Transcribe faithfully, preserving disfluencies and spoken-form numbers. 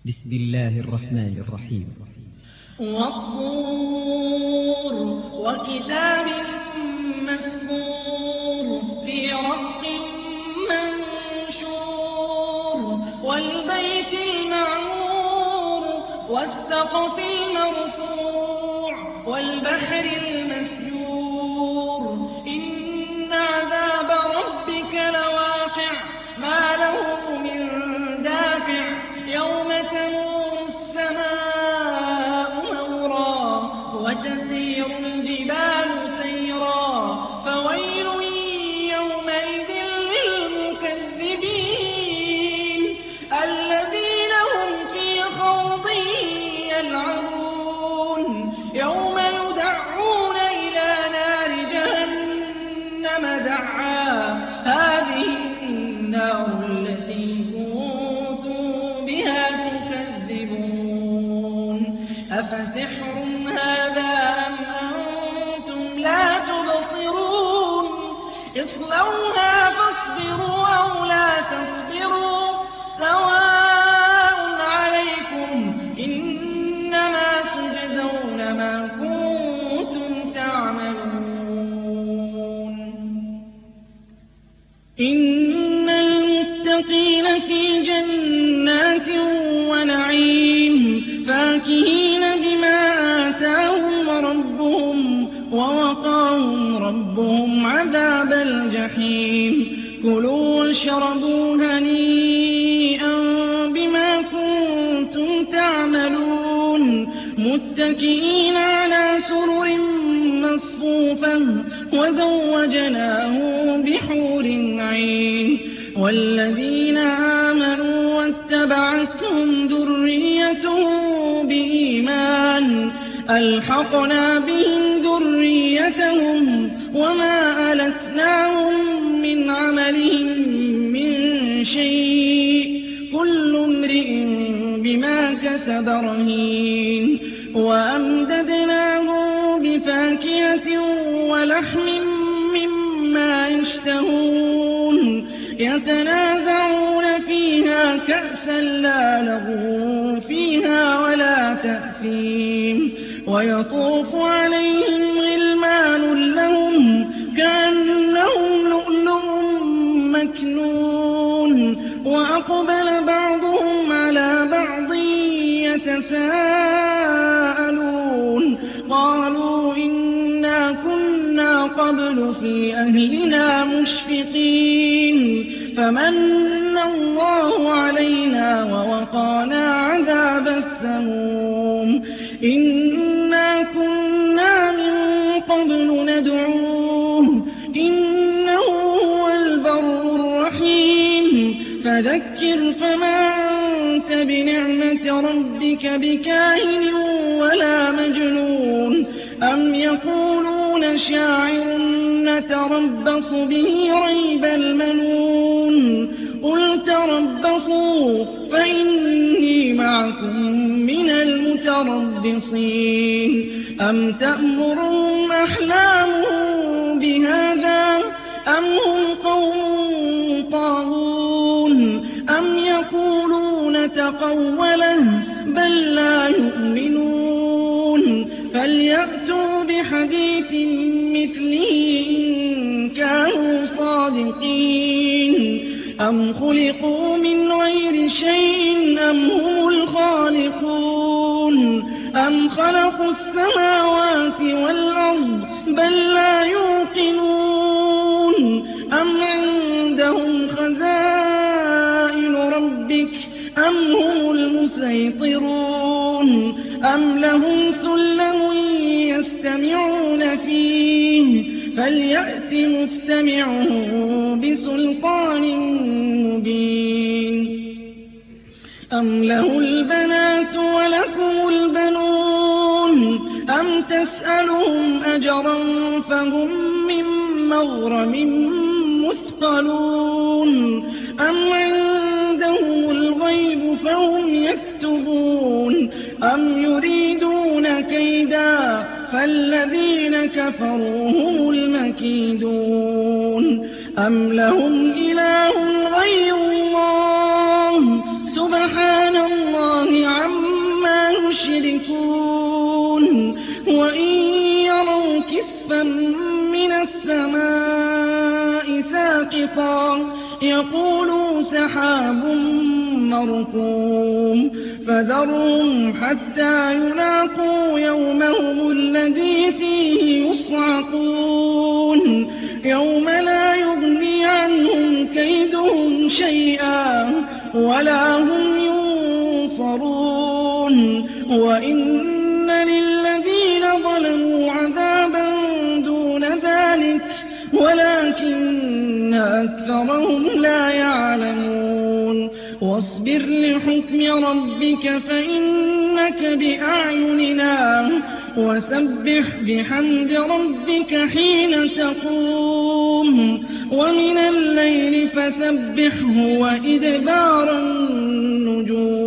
بسم الله الرحمن الرحيم. والطور وكتاب مسطور في رق منشور والبيت المعمور والسقف المرفوع والبحر المسجور إن عذاب ربك لواقع ما له من دافع يوم تمور السماء مورا وتسير الجبال سيرا فويل يومئذ للمكذبين الذين هم في خوض يلعبون يوم يدعون إلى نار جهنم دعا هذه النار التي كنتم بها تكذبون أفسحر هذا أم أنتم لا تبصرون اصلوها فاصبروا أو لا تصبروا سواء عليكم إنما تجزون ما كنتم تعملون إن المتقين في جنات ونعيم فاكهين بما آتاهم ربهم ووقاهم ربهم عذاب الجحيم كلوا واشربوا هنيئا بما كنتم تعملون متكئين على سرر مصفوفة وزوجناهم بحور عين والذين آمنوا واتبعتهم ذريتهم بإيمان ألحقنا بهم ذريتهم وما ألتناهم من عملهم من شيء كل امرئ بما كسب رهين وأمددناهم بفاكهة ولحم مما يشتهون يتنازعون فيها كأسا لا لغو فيها ولا تأثيم ويطوف عليهم غلمان لهم كأنهم لؤلؤ مكنون وأقبل بعضهم على بعض يتساءلون قالوا إنا كنا قبل في أهلنا مشفقين فمن الله علينا ووقانا عذاب السموم إنا كنا من قبل ندعوه إنه هو البر الرحيم فذكر فما أنت بنعمة ربك بكاهن ولا مجنون أم يقولون شاعر نتربص به ريب المنون قل تربصوا فإني معكم من المتربصين أم تأمرهم أحلامهم بهذا أم هم قوم طاغون أم يقولون تقوله بل لا يؤمنون فليأتوا بحديث مثله إن كانوا صادقين أم خلقوا من غير شيء أم هم الخالقون أم خلقوا السماوات والأرض بل لا يوقنون أم عندهم خزائن ربك أم هم المسيطرون أم لهم سلم يستمعون فيه فليأت مستمعهم بسلطان مبين أم له البنات ولكم البنون أم تسألهم أجرا فهم من مغرم مثقلون أم عندهم الغيب فهم يكتبون أم يريدون كيدا فالذين كفروا هم المكيدون أم لهم إله غير الله سبحان الله يشركون وإن يروا كسفا من السماء ساقطا يقولوا سحاب مركوم فذرهم حتى يلاقوا يومهم الذي فيه يصعقون يوم لا يغني عنهم كيدهم شيئا ولا هم ينصرون وإن للذين ظلموا عذابا دون ذلك ولكن أكثرهم لا يعلمون واصبر لحكم ربك فإنك بأعيننا وسبح بحمد ربك حين تقوم ومن الليل فسبحه وإدبار النجوم